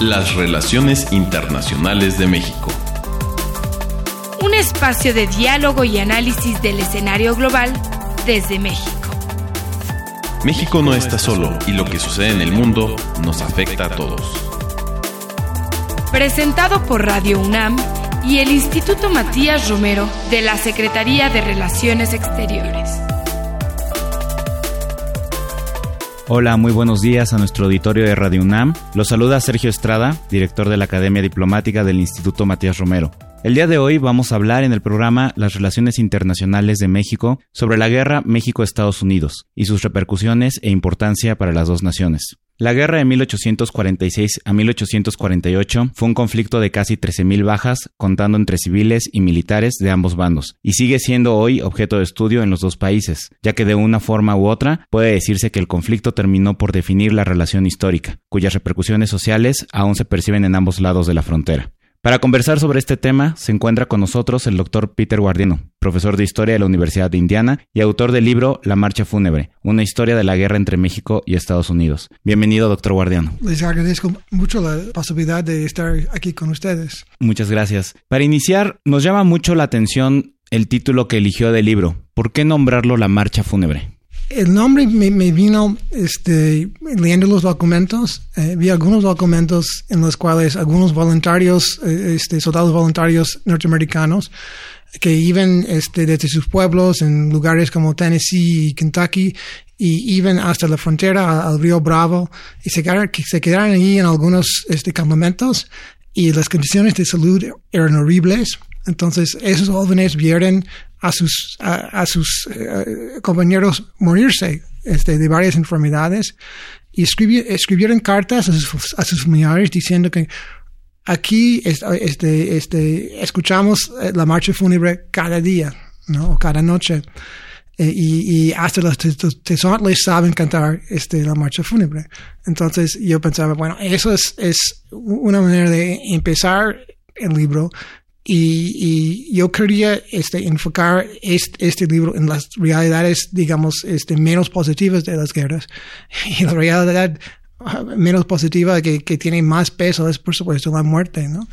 Las relaciones internacionales de México. Un espacio de diálogo y análisis del escenario global desde México. México no está solo y lo que sucede en el mundo nos afecta a todos. Presentado por Radio UNAM y el Instituto Matías Romero de la Secretaría de Relaciones Exteriores. Hola, muy buenos días a nuestro auditorio de Radio UNAM. Los saluda Sergio Estrada, director de la Academia Diplomática del Instituto Matías Romero. El día de hoy vamos a hablar en el programa Las relaciones internacionales de México sobre la guerra México-Estados Unidos y sus repercusiones e importancia para las dos naciones. La guerra de 1846 a 1848 fue un conflicto de casi 13,000 bajas, contando entre civiles y militares de ambos bandos, y sigue siendo hoy objeto de estudio en los dos países, ya que de una forma u otra puede decirse que el conflicto terminó por definir la relación histórica, cuyas repercusiones sociales aún se perciben en ambos lados de la frontera. Para conversar sobre este tema, se encuentra con nosotros el Dr. Peter Guardiano, profesor de Historia de la Universidad de Indiana y autor del libro La Marcha Fúnebre, una historia de la guerra entre México y Estados Unidos. Bienvenido, Dr. Guardiano. Les agradezco mucho la posibilidad de estar aquí con ustedes. Muchas gracias. Para iniciar, nos llama mucho la atención el título que eligió del libro. ¿Por qué nombrarlo La Marcha Fúnebre? El nombre me vino leyendo los documentos. Vi algunos documentos en los cuales algunos voluntarios, soldados voluntarios norteamericanos que iban desde sus pueblos en lugares como Tennessee y Kentucky y iban hasta la frontera al río Bravo y se quedaron ahí en algunos campamentos y las condiciones de salud eran horribles. Entonces esos jóvenes vieron a sus compañeros morirse de varias enfermedades y escribieron cartas a sus familiares diciendo que aquí escuchamos la marcha fúnebre cada día, ¿no? O cada noche. Y hasta los tezontles saben cantar la marcha fúnebre. Entonces yo pensaba, bueno, eso es una manera de empezar el libro. Y yo quería enfocar este libro en las realidades, digamos, menos positivas de las guerras. Y la realidad menos positiva que tiene más peso es, por supuesto, la muerte, ¿no?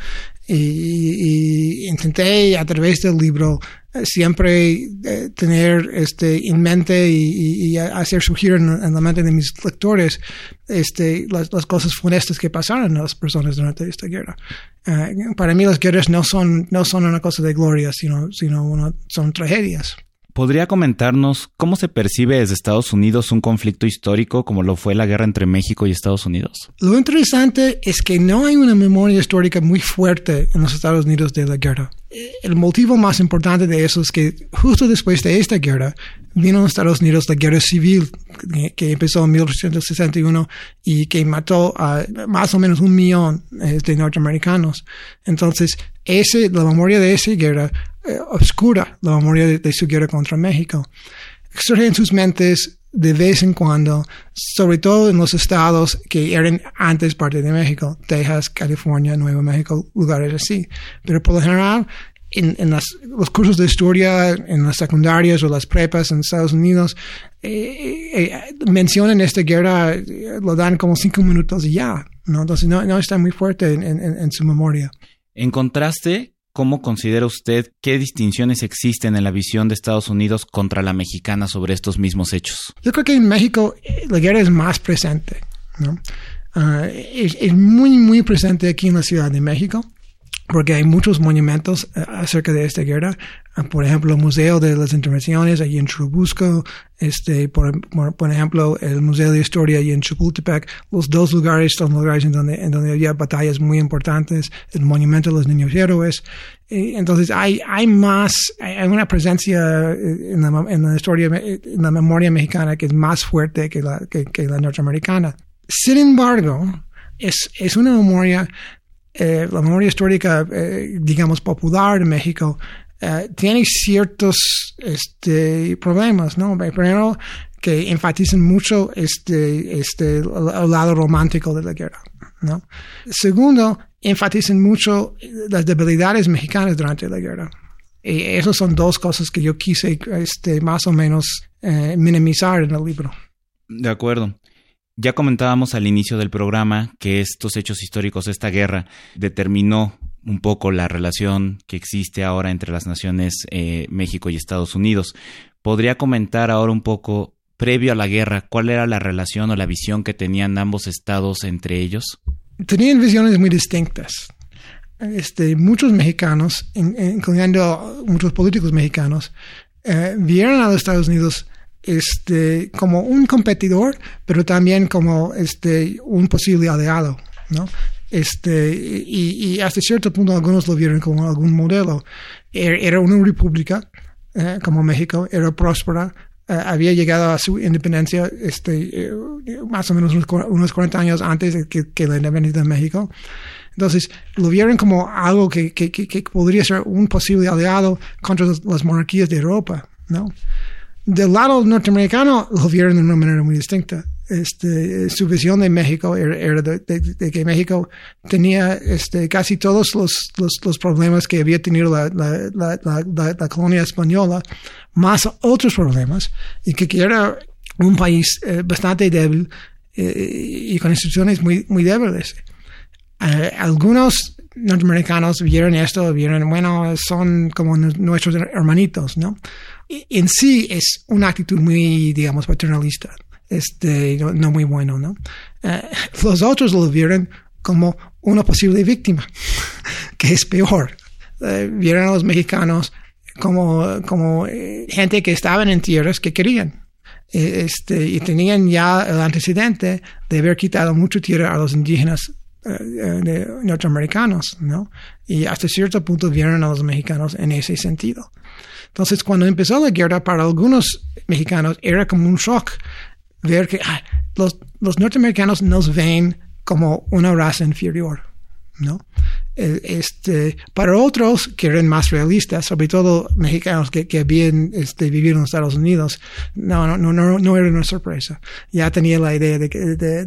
Y intenté a través del libro siempre tener en mente y hacer surgir en la mente de mis lectores las cosas funestas que pasaron a las personas durante esta guerra. Para mí las guerras no son una cosa de gloria, sino son tragedias. ¿Podría comentarnos cómo se percibe desde Estados Unidos un conflicto histórico como lo fue la guerra entre México y Estados Unidos? Lo interesante es que no hay una memoria histórica muy fuerte en los Estados Unidos de la guerra. El motivo más importante de eso es que justo después de esta guerra vino en Estados Unidos la guerra civil que empezó en 1861 y que mató a más o menos 1 millón de norteamericanos. Entonces, la memoria de esa guerra obscura la memoria de su guerra contra México. Surge en sus mentes de vez en cuando, sobre todo en los estados que eran antes parte de México, Texas, California, Nuevo México, lugares así. Pero por lo general, en los cursos de historia, en las secundarias o las prepas en Estados Unidos, mencionan esta guerra, lo dan como 5 minutos y ya, ¿no? Entonces no está muy fuerte en su memoria. En contraste, ¿cómo considera usted qué distinciones existen en la visión de Estados Unidos contra la mexicana sobre estos mismos hechos? Yo creo que en México la guerra es más presente, ¿no? Es muy, muy presente aquí en la Ciudad de México, porque hay muchos monumentos acerca de esta guerra. Por ejemplo, el Museo de las Intervenciones allí en Churubusco, por ejemplo, el Museo de Historia allí en Chapultepec. Los dos lugares son lugares en donde había batallas muy importantes. El Monumento de los Niños Héroes. Entonces, hay una presencia en la historia, en la memoria mexicana que es más fuerte que la norteamericana. Sin embargo, es una memoria, la memoria histórica, digamos, popular de México, tiene ciertos problemas, ¿no? Primero, que enfatizan mucho el lado romántico de la guerra, ¿no? Segundo, enfatizan mucho las debilidades mexicanas durante la guerra. Y esas son dos cosas que yo quise más o menos minimizar en el libro. De acuerdo. Ya comentábamos al inicio del programa que estos hechos históricos, esta guerra, determinó un poco la relación que existe ahora entre las naciones México y Estados Unidos. ¿Podría comentar ahora un poco, previo a la guerra, cuál era la relación o la visión que tenían ambos estados entre ellos? Tenían visiones muy distintas. Muchos mexicanos, incluyendo muchos políticos mexicanos, vieron a los Estados Unidos como un competidor, pero también como un posible aliado, ¿no? Y hasta cierto punto algunos lo vieron como algún modelo. Era una república como México, era próspera, había llegado a su independencia más o menos unos 40 años antes de que la independencia de México. Entonces lo vieron como algo que podría ser un posible aliado contra las monarquías de Europa, ¿no? Del lado norteamericano lo vieron de una manera muy distinta. Su visión de México era de que México tenía casi todos los problemas que había tenido la colonia española, más otros problemas, y que era un país bastante débil y con instituciones muy, muy débiles. Algunos norteamericanos vieron esto, bueno, son como nuestros hermanitos, ¿no? En sí es una actitud muy, digamos, paternalista, no muy bueno, ¿no? Los otros lo vieron como una posible víctima, que es peor. Vieron a los mexicanos como gente que estaban en tierras que querían. Y tenían ya el antecedente de haber quitado mucha tierra a los indígenas norteamericanos, ¿no? Y hasta cierto punto vieron a los mexicanos en ese sentido. Entonces, cuando empezó la guerra, para algunos mexicanos era como un shock ver que los norteamericanos nos ven como una raza inferior, ¿no? Para otros que eran más realistas, sobre todo mexicanos que habían vivido en Estados Unidos, no era una sorpresa. Ya tenía la idea de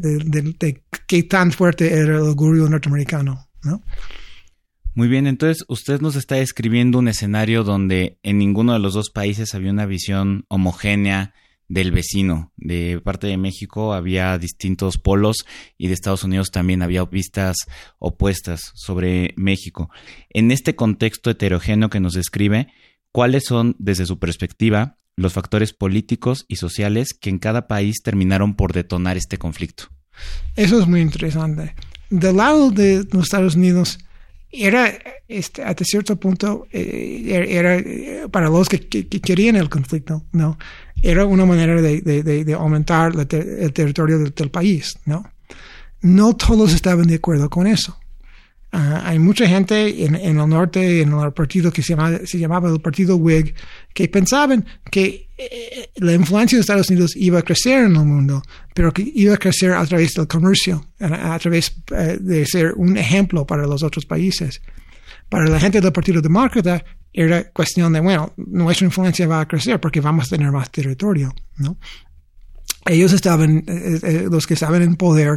qué tan fuerte era el orgullo norteamericano, ¿no? Muy bien, entonces usted nos está describiendo un escenario donde en ninguno de los dos países había una visión homogénea del vecino. De parte de México había distintos polos y de Estados Unidos también había vistas opuestas sobre México. En este contexto heterogéneo que nos describe, ¿cuáles son, desde su perspectiva, los factores políticos y sociales que en cada país terminaron por detonar este conflicto? Eso es muy interesante. Del lado de los Estados Unidos, era hasta cierto punto era para los que querían el conflicto, ¿no? Era una manera de aumentar el territorio del país, ¿no? No todos estaban de acuerdo con eso. Hay mucha gente en el norte, en el partido que se llamaba el Partido Whig, que pensaban que la influencia de Estados Unidos iba a crecer en el mundo, pero que iba a crecer a través del comercio, a través de ser un ejemplo para los otros países. Para la gente del Partido Demócrata era cuestión de, bueno, nuestra influencia va a crecer porque vamos a tener más territorio, ¿no? Ellos estaban, los que estaban en poder,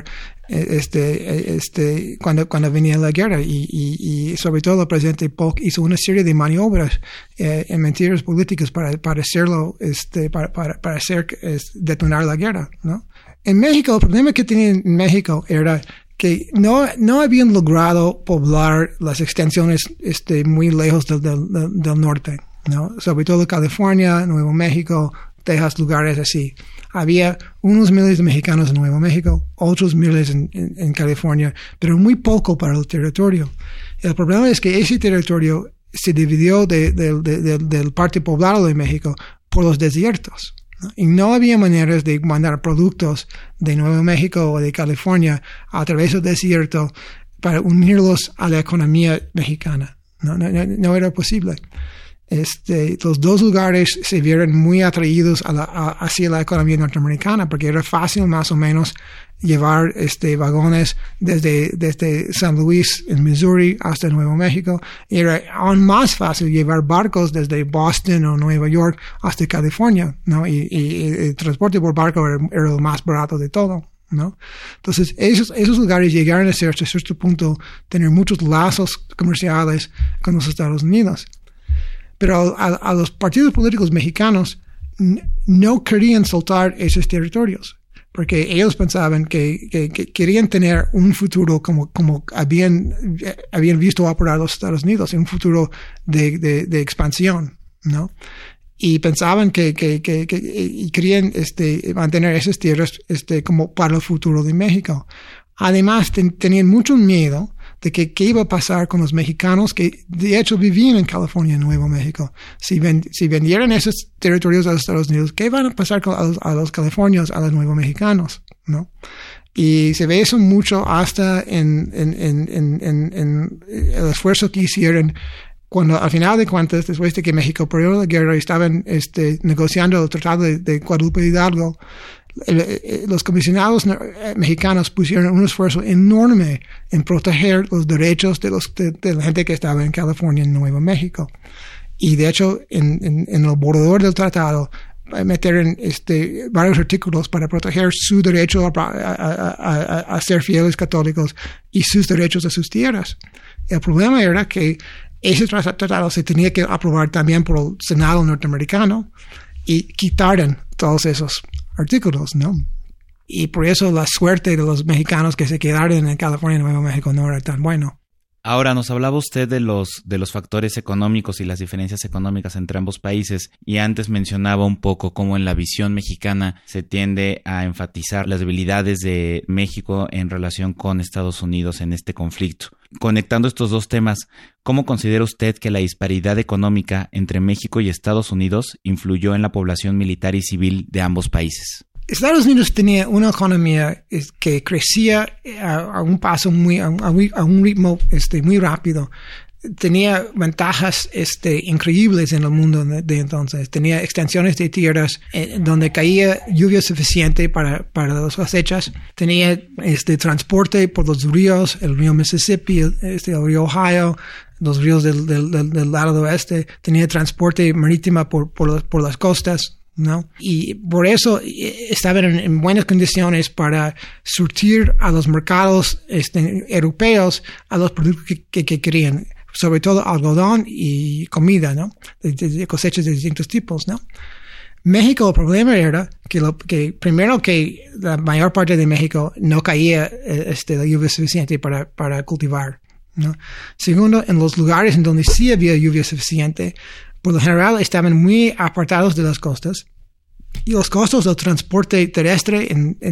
cuando venía la guerra y sobre todo el presidente Polk hizo una serie de maniobras en mentiras políticas para hacerlo, para hacer detonar la guerra, ¿no? En México, el problema que tenían en México era que no habían logrado poblar las extensiones muy lejos del norte, ¿no? Sobre todo California, Nuevo México, Texas, lugares así. Había unos miles de mexicanos en Nuevo México, otros miles en California, pero muy poco para el territorio. El problema es que ese territorio se dividió del parte poblado de México por los desiertos, ¿no? Y no había maneras de mandar productos de Nuevo México o de California a través del desierto para unirlos a la economía mexicana. No era posible. Los dos lugares se vieron muy atraídos hacia la economía norteamericana porque era fácil más o menos llevar vagones desde San Luis en Missouri hasta Nuevo México. Era aún más fácil llevar barcos desde Boston o Nueva York hasta California, ¿no? Y el transporte por barco era el más barato de todo, ¿no? Entonces esos lugares llegaron a ser hasta cierto punto tener muchos lazos comerciales con los Estados Unidos. Pero a los partidos políticos mexicanos no querían soltar esos territorios, porque ellos pensaban que querían tener un futuro como habían visto operar los Estados Unidos, un futuro de expansión, ¿no? Y pensaban que querían mantener esas tierras como para el futuro de México. Además, tenían mucho miedo de qué iba a pasar con los mexicanos que de hecho vivían en California y Nuevo México. Si vendieran esos territorios a los Estados Unidos, ¿qué van a pasar a los californianos, a los nuevos mexicanos? ¿No? Y se ve eso mucho hasta en el esfuerzo que hicieron cuando al final de cuentas, después de que México perdió la guerra y estaban negociando el tratado de Guadalupe Hidalgo, los comisionados mexicanos pusieron un esfuerzo enorme en proteger los derechos de la gente que estaba en California y Nuevo México. Y de hecho, en el borrador del tratado, metieron varios artículos para proteger su derecho a ser fieles católicos y sus derechos a sus tierras. El problema era que ese tratado se tenía que aprobar también por el Senado norteamericano y quitaron todos esos artículos, ¿no? Y por eso la suerte de los mexicanos que se quedaron en California y Nuevo México no era tan bueno. Ahora, nos hablaba usted de los factores económicos y las diferencias económicas entre ambos países, y antes mencionaba un poco cómo en la visión mexicana se tiende a enfatizar las debilidades de México en relación con Estados Unidos en este conflicto. Conectando estos dos temas, ¿cómo considera usted que la disparidad económica entre México y Estados Unidos influyó en la población militar y civil de ambos países? Estados Unidos tenía una economía que crecía a un paso a un ritmo muy rápido. Tenía ventajas increíbles en el mundo de entonces. Tenía extensiones de tierras donde caía lluvia suficiente para las cosechas. Tenía transporte por los ríos, el río Mississippi, el río Ohio, los ríos del lado oeste. Tenía transporte marítimo por las costas, ¿no? Y por eso estaban en buenas condiciones para surtir a los mercados europeos a los productos que querían, sobre todo algodón y comida, ¿no? De cosechas de distintos tipos, ¿no? México, el problema era que primero que la mayor parte de México no caía la lluvia suficiente para cultivar, ¿no? Segundo, en los lugares en donde sí había lluvia suficiente, por lo general estaban muy apartados de las costas, y los costos del transporte terrestre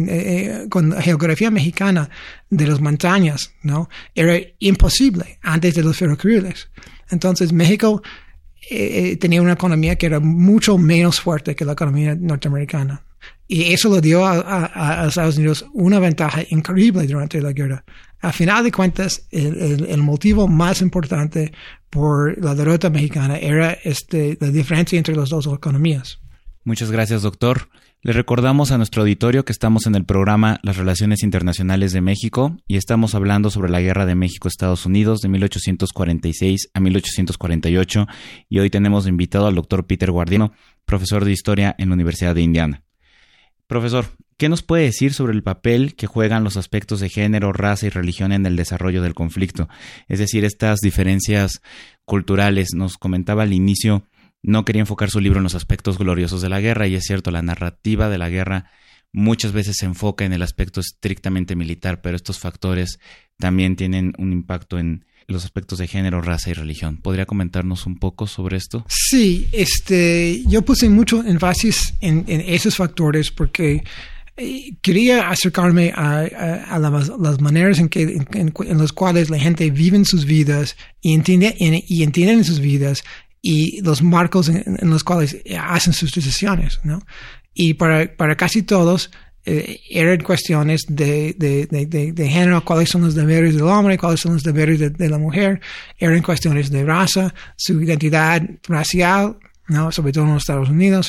con la geografía mexicana de las montañas, ¿no? Era imposible antes de los ferrocarriles. Entonces México tenía una economía que era mucho menos fuerte que la economía norteamericana. Y eso le dio a Estados Unidos una ventaja increíble durante la guerra. Al final de cuentas, el motivo más importante por la derrota mexicana era la diferencia entre las dos economías. Muchas gracias, doctor. Le recordamos a nuestro auditorio que estamos en el programa Las Relaciones Internacionales de México y estamos hablando sobre la Guerra de México-Estados Unidos de 1846 a 1848 y hoy tenemos invitado al doctor Peter Guardiano, profesor de Historia en la Universidad de Indiana. Profesor, ¿qué nos puede decir sobre el papel que juegan los aspectos de género, raza y religión en el desarrollo del conflicto? Es decir, estas diferencias culturales. Nos comentaba al inicio, no quería enfocar su libro en los aspectos gloriosos de la guerra, y es cierto, la narrativa de la guerra muchas veces se enfoca en el aspecto estrictamente militar, pero estos factores también tienen un impacto en los aspectos de género, raza y religión. ¿Podría comentarnos un poco sobre esto? Sí, yo puse mucho énfasis en esos factores porque quería acercarme a las maneras en las cuales la gente vive sus vidas y entienden sus vidas y los marcos en los cuales hacen sus decisiones, ¿no? Y para casi todos eran cuestiones de género, cuáles son los deberes del hombre, cuáles son los deberes de la mujer, eran cuestiones de raza, su identidad racial, ¿no? Sobre todo en los Estados Unidos,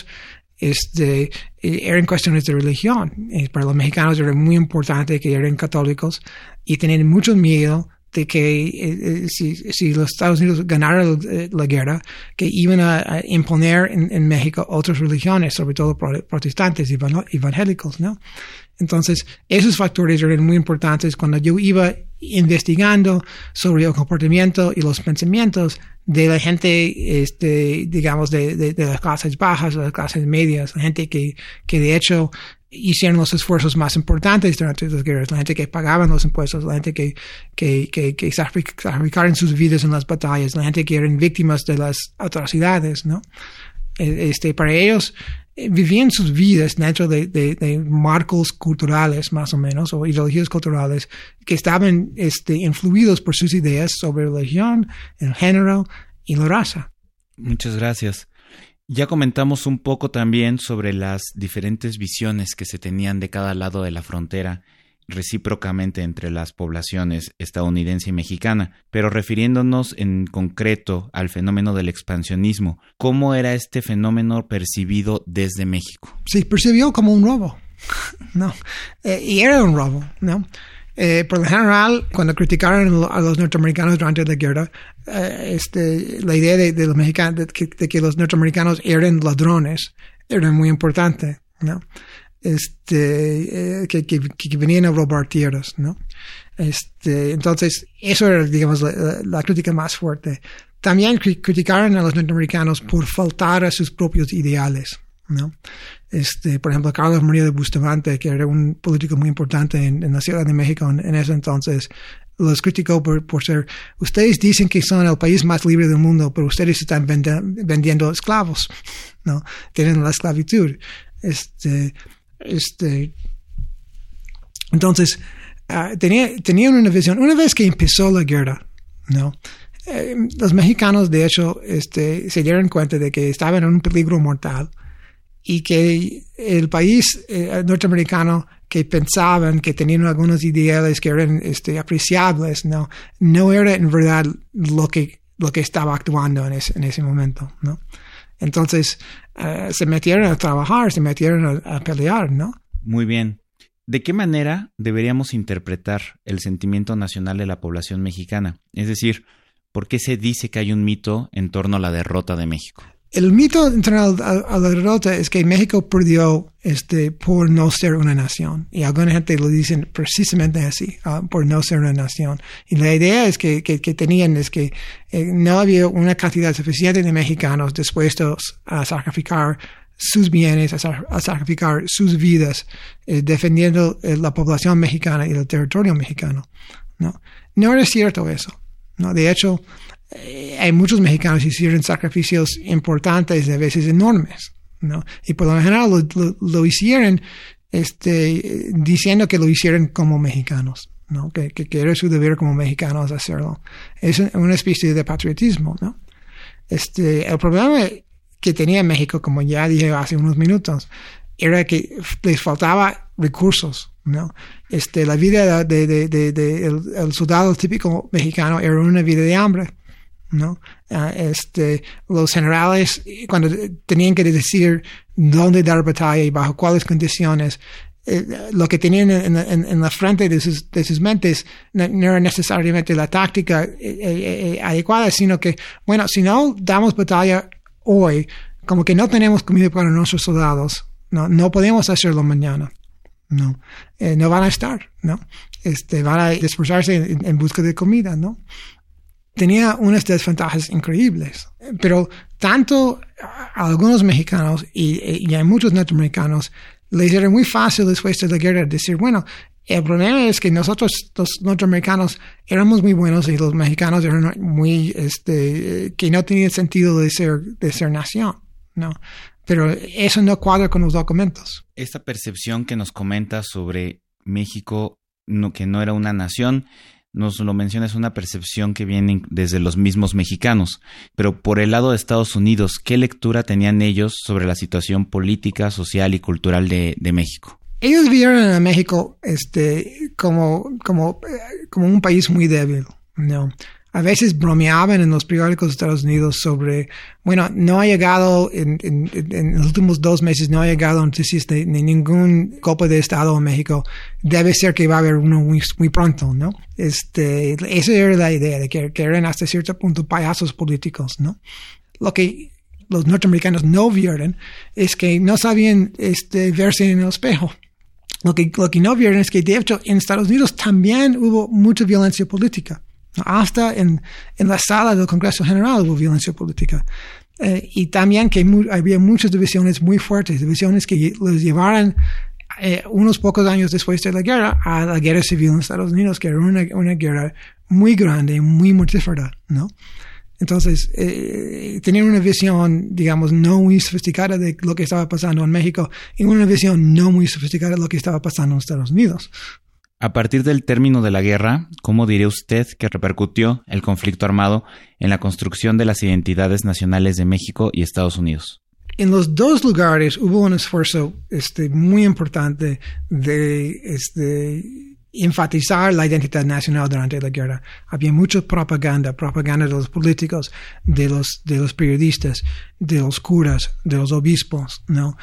eran cuestiones de religión. Para los mexicanos era muy importante que eran católicos y tenían mucho miedo de que si los Estados Unidos ganaran la guerra, que iban a imponer en México otras religiones, sobre todo protestantes y evangélicos, ¿no? Entonces, esos factores eran muy importantes cuando yo iba investigando sobre el comportamiento y los pensamientos de la gente, digamos, de las clases bajas, de las clases medias, la gente que de hecho hicieron los esfuerzos más importantes durante las guerras, la gente que pagaban los impuestos, la gente que sacrificaron sus vidas en las batallas, la gente que eran víctimas de las atrocidades, ¿no? Para ellos vivían sus vidas dentro de marcos culturales, más o menos, o ideologías culturales que estaban influidos por sus ideas sobre religión, el género y la raza. Muchas gracias. Ya comentamos un poco también sobre las diferentes visiones que se tenían de cada lado de la frontera recíprocamente entre las poblaciones estadounidense y mexicana, pero refiriéndonos en concreto al fenómeno del expansionismo, ¿cómo era este fenómeno percibido desde México? Se percibió como un robo, ¿no? Y era un robo, ¿no? Por lo general, cuando criticaron a los norteamericanos durante la guerra, la idea de los mexicanos, de que los norteamericanos eran ladrones, era muy importante, ¿no? Que venían a robar tierras, ¿no? Entonces, eso era, digamos, la crítica más fuerte. También criticaron a los norteamericanos por faltar a sus propios ideales, ¿no? Por ejemplo, Carlos María de Bustamante, que era un político muy importante en la Ciudad de México en ese entonces, los criticó por ser, ustedes dicen que son el país más libre del mundo, pero ustedes están vendiendo esclavos, ¿no? Tienen la esclavitud. Entonces, tenían una visión. Una vez que empezó la guerra, ¿no? Los mexicanos, de hecho, se dieron cuenta de que estaban en un peligro mortal y que el país norteamericano, que pensaban que tenían algunos ideales que eran apreciables, no era en verdad lo que estaba actuando en ese momento, ¿no? Entonces, se metieron a trabajar, se metieron a pelear, ¿no? Muy bien. ¿De qué manera deberíamos interpretar el sentimiento nacional de la población mexicana? Es decir, ¿por qué se dice que hay un mito en torno a la derrota de México? El mito en torno a la derrota es que México perdió por no ser una nación. Y alguna gente lo dicen precisamente así, por no ser una nación. Y la idea es que tenían es que no había una cantidad suficiente de mexicanos dispuestos a sacrificar sus bienes, a sacrificar sus vidas, defendiendo la población mexicana y el territorio mexicano, ¿no? No era cierto eso, ¿no? De hecho, hay muchos mexicanos que hicieron sacrificios importantes, a veces enormes, ¿no? Y por lo general lo hicieron diciendo que lo hicieron como mexicanos, ¿no? Que era su deber como mexicanos hacerlo. Es una especie de patriotismo, ¿no? El problema que tenía México, como ya dije hace unos minutos, era que les faltaba recursos, ¿no? La vida el soldado típico mexicano era una vida de hambre, ¿no? Los generales, cuando tenían que decir dónde dar batalla y bajo cuáles condiciones, lo que tenían en la frente de sus mentes no era necesariamente la táctica adecuada, sino que, bueno, si no damos batalla hoy, como que no tenemos comida para nuestros soldados, no podemos hacerlo mañana, no van a estar, ¿no? Van a esforzarse en busca de comida, ¿no? Tenía unas desventajas increíbles, pero tanto a algunos mexicanos y a muchos norteamericanos les era muy fácil después de la guerra decir, bueno, el problema es que nosotros, los norteamericanos, éramos muy buenos y los mexicanos eran muy, que no tenían sentido de ser nación, ¿no? Pero eso no cuadra con los documentos. Esta percepción que nos comentas sobre México, que no era una nación, nos lo menciona, es una percepción que viene desde los mismos mexicanos. Pero por el lado de Estados Unidos, ¿qué lectura tenían ellos sobre la situación política, social y cultural de México? Ellos vieron a México como un país muy débil, ¿no? A veces bromeaban en los periódicos de Estados Unidos sobre, bueno, no ha llegado en los últimos 2 meses, no ha llegado noticias de ningún golpe de Estado en México. Debe ser que va a haber uno muy, muy pronto, ¿no? Esa era la idea, de que eran hasta cierto punto payasos políticos, ¿no? Lo que los norteamericanos no vieron es que no sabían verse en el espejo. Lo que no vieron es que, de hecho, en Estados Unidos también hubo mucha violencia política. Hasta en la sala del Congreso General hubo violencia política. Y también que había muchas divisiones muy fuertes, divisiones que los llevaron unos pocos años después de la guerra, a la guerra civil en Estados Unidos, que era una guerra muy grande, muy mortífera, ¿no? Entonces, tenían una visión, digamos, no muy sofisticada de lo que estaba pasando en México y una visión no muy sofisticada de lo que estaba pasando en Estados Unidos. A partir del término de la guerra, ¿cómo diría usted que repercutió el conflicto armado en la construcción de las identidades nacionales de México y Estados Unidos? En los dos lugares hubo un esfuerzo muy importante de enfatizar la identidad nacional durante la guerra. Había mucha propaganda de los políticos, de los periodistas, de los curas, de los obispos, ¿no?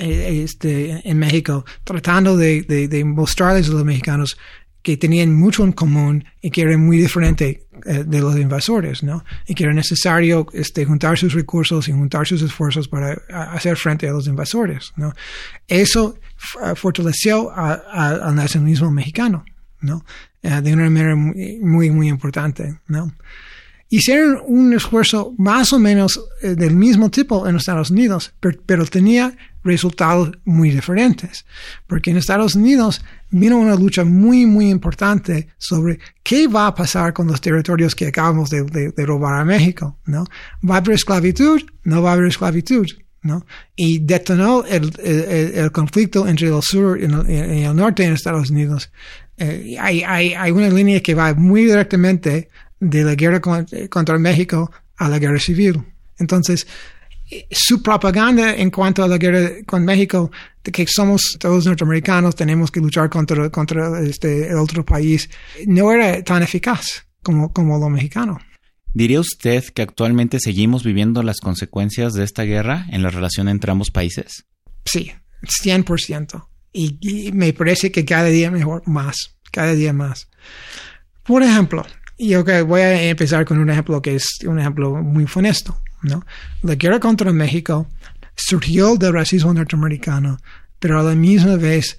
En México, tratando de mostrarles a los mexicanos que tenían mucho en común y que eran muy diferentes de los invasores, ¿no? Y que era necesario juntar sus recursos y juntar sus esfuerzos para hacer frente a los invasores, ¿no? Eso fortaleció al nacionalismo mexicano, ¿no? De una manera muy, muy importante, ¿no? Hicieron un esfuerzo más o menos del mismo tipo en los Estados Unidos, pero tenía resultados muy diferentes. Porque en Estados Unidos vino una lucha muy, muy importante sobre qué va a pasar con los territorios que acabamos de robar a México, ¿no? ¿Va a haber esclavitud? ¿No va a haber esclavitud? ¿No? Y detonó el conflicto entre el sur y el norte en Estados Unidos. Hay una línea que va muy directamente de la guerra contra México a la guerra civil. Entonces, su propaganda en cuanto a la guerra con México, de que somos todos norteamericanos, tenemos que luchar contra el otro país, no era tan eficaz como lo mexicano. ¿Diría usted que actualmente seguimos viviendo las consecuencias de esta guerra en la relación entre ambos países? Sí, 100%. Y me parece que cada día cada día más. Por ejemplo, yo voy a empezar con un ejemplo que es un ejemplo muy funesto, ¿no? La guerra contra México surgió del racismo norteamericano, pero a la misma vez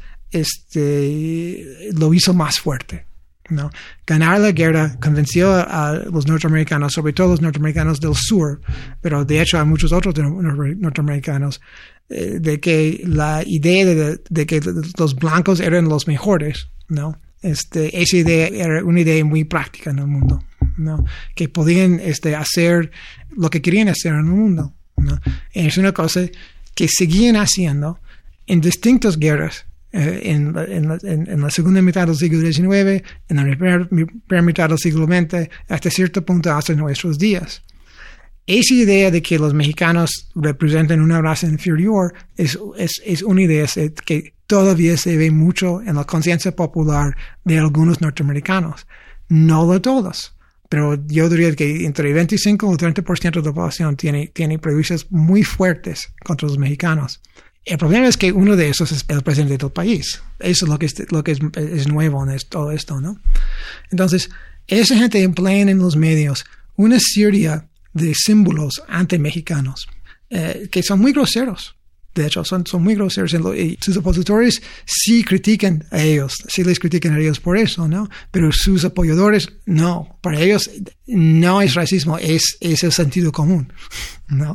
lo hizo más fuerte, ¿no? Ganar la guerra convenció a los norteamericanos, sobre todo los norteamericanos del sur, pero de hecho a muchos otros norteamericanos, de que la idea de que los blancos eran los mejores, ¿no? Esa idea era una idea muy práctica en el mundo, ¿no? Que podían hacer lo que querían hacer en el mundo, ¿no? Es una cosa que seguían haciendo en distintas guerras, en la segunda mitad del siglo XIX, en la primera mitad del siglo XX, hasta cierto punto hasta nuestros días. Esa idea de que los mexicanos representan una raza inferior es una idea que todavía se ve mucho en la conciencia popular de algunos norteamericanos. No de todos, pero yo diría que entre el 25 o 30% de la población tiene prejuicios muy fuertes contra los mexicanos. El problema es que uno de esos es el presidente del país. Eso es lo que es nuevo en todo esto, ¿no? Entonces, esa gente emplea en los medios una serie de símbolos anti-mexicanos que son muy groseros. De hecho, son muy groseros. Y sus opositores sí critican a ellos, sí les critican a ellos por eso, ¿no? Pero sus apoyadores, no. Para ellos no es racismo, es el sentido común, ¿no?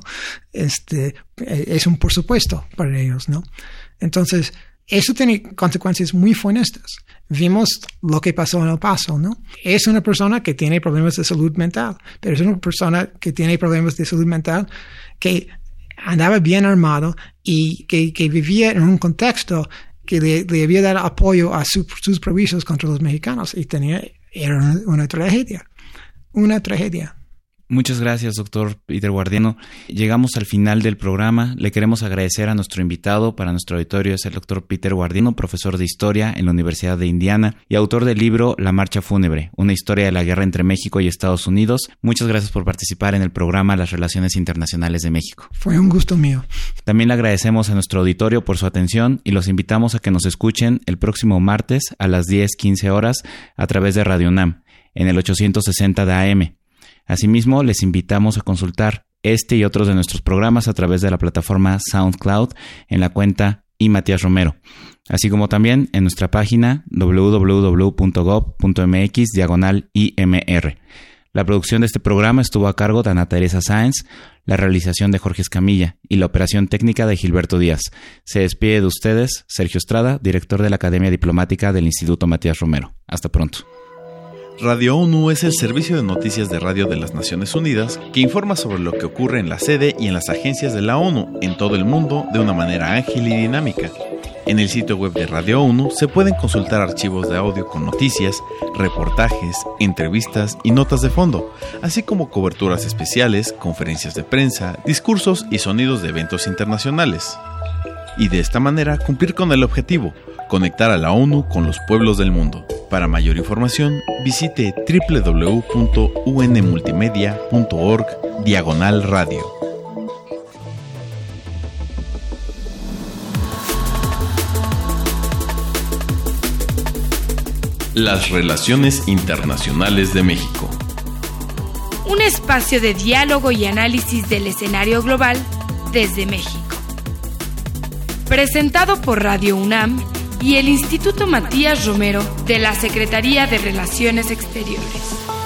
Es un por supuesto para ellos, ¿no? Entonces, eso tiene consecuencias muy funestas. Vimos lo que pasó en El Paso, ¿no? Es una persona que tiene problemas de salud mental, pero es una persona que tiene problemas de salud mental que andaba bien armado y que vivía en un contexto que le había dado apoyo a sus prejuicios contra los mexicanos y era una tragedia. Una tragedia. Muchas gracias, doctor Peter Guardiano. Llegamos al final del programa. Le queremos agradecer a nuestro invitado. Para nuestro auditorio es el doctor Peter Guardiano, profesor de Historia en la Universidad de Indiana y autor del libro La Marcha Fúnebre, una historia de la guerra entre México y Estados Unidos. Muchas gracias por participar en el programa Las Relaciones Internacionales de México. Fue un gusto mío. También le agradecemos a nuestro auditorio por su atención y los invitamos a que nos escuchen el próximo martes a las 10:15 horas a través de Radio UNAM en el 860 de AM. Asimismo, les invitamos a consultar este y otros de nuestros programas a través de la plataforma SoundCloud en la cuenta iMatías Romero, así como también en nuestra página www.gov.mx/IMR. La producción de este programa estuvo a cargo de Ana Teresa Sáenz, la realización de Jorge Escamilla y la operación técnica de Gilberto Díaz. Se despide de ustedes Sergio Estrada, director de la Academia Diplomática del Instituto Matías Romero. Hasta pronto. Radio ONU es el servicio de noticias de radio de las Naciones Unidas que informa sobre lo que ocurre en la sede y en las agencias de la ONU en todo el mundo de una manera ágil y dinámica. En el sitio web de Radio ONU se pueden consultar archivos de audio con noticias, reportajes, entrevistas y notas de fondo, así como coberturas especiales, conferencias de prensa, discursos y sonidos de eventos internacionales. Y de esta manera cumplir con el objetivo, conectar a la ONU con los pueblos del mundo. Para mayor información, visite www.unmultimedia.org/radio. Las relaciones internacionales de México. Un espacio de diálogo y análisis del escenario global desde México. Presentado por Radio UNAM y el Instituto Matías Romero de la Secretaría de Relaciones Exteriores.